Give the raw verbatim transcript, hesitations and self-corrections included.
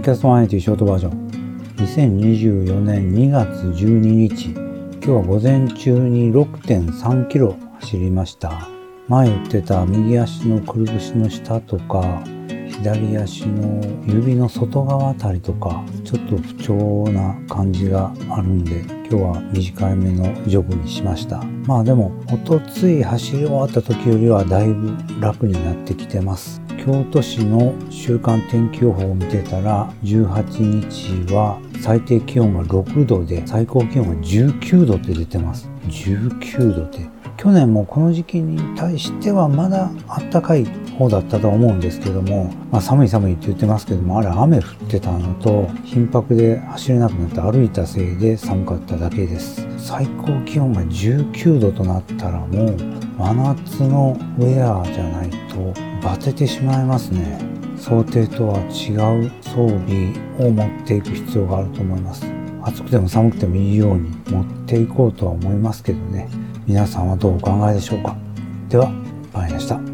ッキャストワンエイティショートバージョンにせんにじゅうよねんにがつじゅうににち、今日は午前中に ろくてんさんキロ走りました。前言ってた右足のくるぶしの下とか左足の指の外側あたりとかちょっと不調な感じがあるんで、今日は短いめのジョグにしました。まあでもおとつい走り終わった時よりはだいぶ楽になってきてます。京都市の週間天気予報を見てたらじゅうはちにちは最低気温がろくどで最高気温がじゅうきゅうどって出てます。じゅうきゅうどって去年もこの時期に対してはまだ暖かい方だったと思うんですけども、まあ、寒い寒いって言ってますけども、あれ雨降ってたのと頻迫で走れなくなって歩いたせいで寒かっただけです。最高気温がじゅうきゅうどとなったらもう真夏のウェアじゃないとバテてしまいますね。想定とは違う装備を持っていく必要があると思います。暑くても寒くてもいいように持っていこうとは思いますけどね。皆さんはどうお考えでしょうか。では、バイでした。